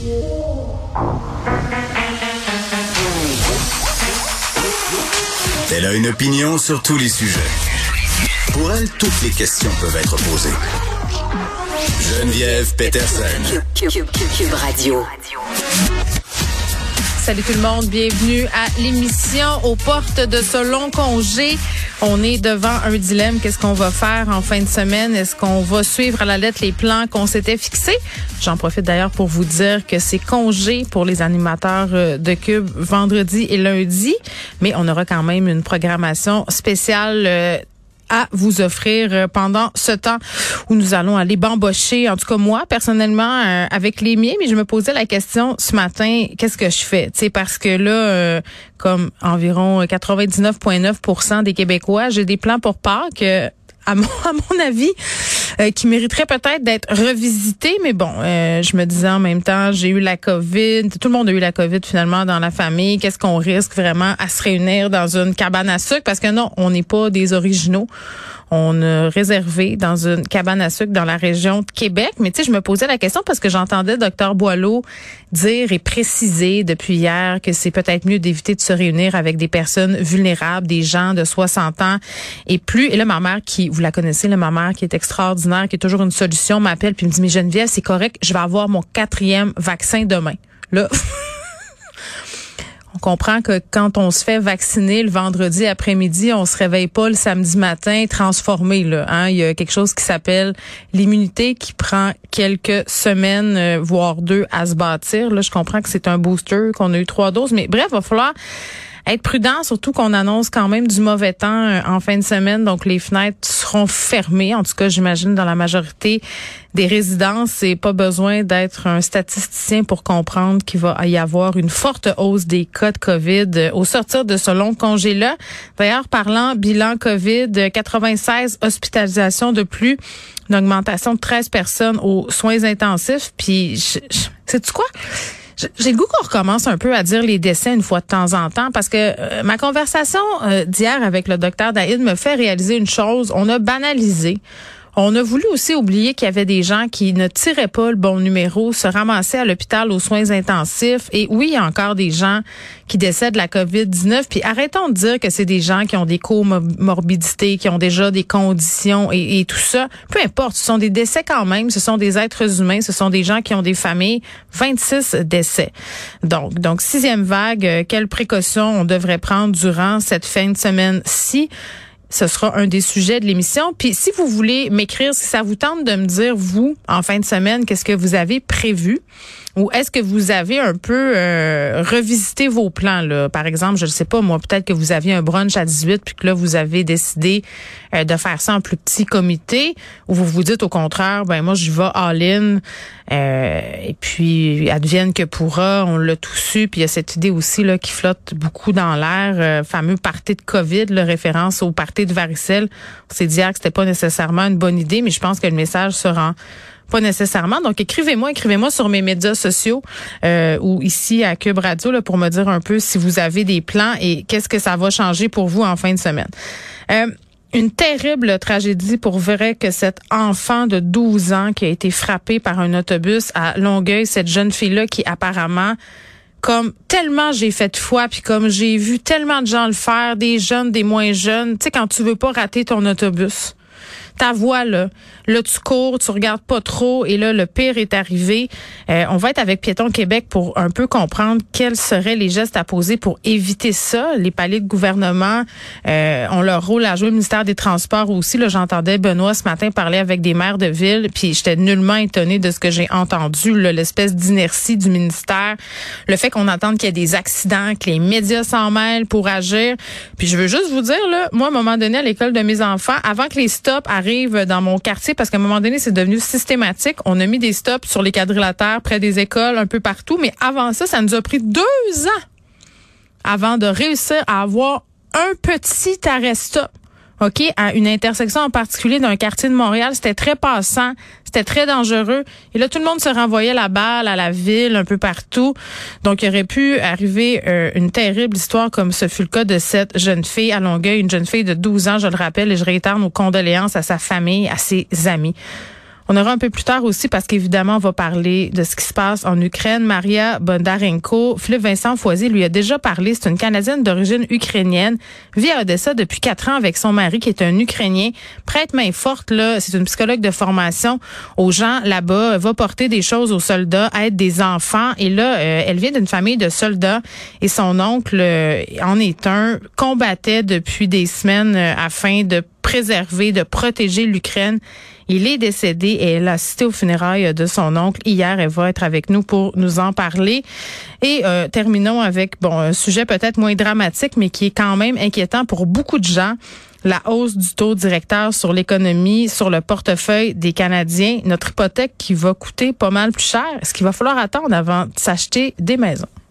Elle a une opinion sur tous les sujets. Pour elle, toutes les questions peuvent être posées. Geneviève Peterson. Cube Radio. Salut tout le monde, bienvenue à l'émission aux portes de ce long congé. On est devant un dilemme, qu'est-ce qu'on va faire en fin de semaine? Est-ce qu'on va suivre à la lettre les plans qu'on s'était fixés? J'en profite d'ailleurs pour vous dire que c'est congé pour les animateurs de Cube vendredi et lundi, mais on aura quand même une programmation spéciale à vous offrir pendant ce temps où nous allons aller bambocher, en tout cas moi personnellement avec les miens, mais je me posais la question ce matin, qu'est-ce que je fais? Tu sais, parce que là, comme environ 99,9% des Québécois, j'ai des plans pour Pâques, à mon avis, qui mériterait peut-être d'être revisité, mais bon, je me disais en même temps, j'ai eu la COVID, tout le monde a eu la COVID finalement dans la famille, qu'est-ce qu'on risque vraiment à se réunir dans une cabane à sucre, parce que non, on n'est pas des originaux. On a réservé dans une cabane à sucre dans la région de Québec. Mais tu sais, je me posais la question parce que j'entendais Dr Boileau dire et préciser depuis hier que c'est peut-être mieux d'éviter de se réunir avec des personnes vulnérables, des gens de 60 ans et plus. Et là, ma mère vous la connaissez, ma mère qui est extraordinaire, qui est toujours une solution, m'appelle puis me dit, mais Geneviève, c'est correct, je vais avoir mon 4e vaccin demain. Là... On comprend que quand on se fait vacciner le vendredi après-midi, on se réveille pas le samedi matin transformé là. Hein? Il y a quelque chose qui s'appelle l'immunité qui prend quelques semaines, voire 2 à se bâtir. Là, je comprends que c'est un booster, qu'on a eu 3 doses, mais bref, il va falloir être prudent, surtout qu'on annonce quand même du mauvais temps en fin de semaine, donc les fenêtres seront fermées. En tout cas, j'imagine dans la majorité des résidences, c'est pas besoin d'être un statisticien pour comprendre qu'il va y avoir une forte hausse des cas de COVID au sortir de ce long congé-là. D'ailleurs, parlant bilan COVID, 96 hospitalisations de plus, une augmentation de 13 personnes aux soins intensifs. Puis, sais-tu quoi? J'ai le goût qu'on recommence un peu à dire les décès une fois de temps en temps parce que ma conversation d'hier avec le docteur Daïd me fait réaliser une chose. On a banalisé. On a voulu aussi oublier qu'il y avait des gens qui ne tiraient pas le bon numéro, se ramassaient à l'hôpital aux soins intensifs. Et oui, il y a encore des gens qui décèdent de la COVID-19. Puis arrêtons de dire que c'est des gens qui ont des comorbidités, qui ont déjà des conditions et tout ça. Peu importe, ce sont des décès quand même. Ce sont des êtres humains. Ce sont des gens qui ont des familles. 26 décès. Donc 6e vague, quelles précautions on devrait prendre durant cette fin de semaine-ci? Ce sera un des sujets de l'émission. Puis si vous voulez m'écrire, si ça vous tente de me dire, vous, en fin de semaine, qu'est-ce que vous avez prévu? Ou est-ce que vous avez un peu revisité vos plans, là? Par exemple, je ne sais pas, moi, peut-être que vous aviez un brunch à 18 puis que là, vous avez décidé de faire ça en plus petit comité, ou vous vous dites au contraire, ben moi, je vais all-in, et puis advienne que pourra, on l'a tout su, puis il y a cette idée aussi là qui flotte beaucoup dans l'air, fameux party de COVID, là, référence au party de varicelle. On s'est dit hier que c'était pas nécessairement une bonne idée, mais je pense que le message se rend pas nécessairement. Donc, écrivez-moi sur mes médias sociaux ou ici à Cube Radio là, pour me dire un peu si vous avez des plans et qu'est-ce que ça va changer pour vous en fin de semaine. Une terrible tragédie pour vrai que cet enfant de 12 ans qui a été frappé par un autobus à Longueuil, cette jeune fille-là qui apparemment, comme tellement j'ai fait de foi, puis comme j'ai vu tellement de gens le faire, des jeunes, des moins jeunes, tu sais, quand tu veux pas rater ton autobus. Ta voix, là, tu cours, tu regardes pas trop, et là, le pire est arrivé. On va être avec Piétons Québec pour un peu comprendre quels seraient les gestes à poser pour éviter ça. Les paliers de gouvernement ont leur rôle à jouer. Le ministère des Transports aussi. Là, j'entendais Benoît ce matin parler avec des maires de ville, puis j'étais nullement étonnée de ce que j'ai entendu, là, l'espèce d'inertie du ministère, le fait qu'on entende qu'il y a des accidents, que les médias s'en mêlent pour agir. Puis je veux juste vous dire, là, moi, à un moment donné, à l'école de mes enfants, avant que les stops arrivent dans mon quartier, parce qu'à un moment donné, c'est devenu systématique. On a mis des stops sur les quadrilatères, près des écoles, un peu partout. Mais avant ça nous a pris 2 ans avant de réussir à avoir un petit arrêt-stop. OK, à une intersection en particulier d'un quartier de Montréal. C'était très passant, c'était très dangereux. Et là, tout le monde se renvoyait la balle à la ville, un peu partout. Donc, il aurait pu arriver une terrible histoire comme ce fut le cas de cette jeune fille à Longueuil, une jeune fille de 12 ans, je le rappelle, et je réitère nos condoléances à sa famille, à ses amis. On aura un peu plus tard aussi, parce qu'évidemment, on va parler de ce qui se passe en Ukraine. Maria Bondarenko, Philippe Vincent Foisy lui a déjà parlé. C'est une Canadienne d'origine ukrainienne, vit à Odessa depuis 4 ans avec son mari qui est un Ukrainien. Prête main forte, là, c'est une psychologue de formation aux gens là-bas, va porter des choses aux soldats, aide des enfants. Et là, elle vient d'une famille de soldats et son oncle en est un, combattait depuis des semaines afin de préserver, de protéger l'Ukraine. Il est décédé et elle a assisté aux funérailles de son oncle hier. Elle va être avec nous pour nous en parler. Et terminons avec un sujet peut-être moins dramatique, mais qui est quand même inquiétant pour beaucoup de gens. La hausse du taux directeur sur l'économie, sur le portefeuille des Canadiens. Notre hypothèque qui va coûter pas mal plus cher. Est-ce qu'il va falloir attendre avant de s'acheter des maisons?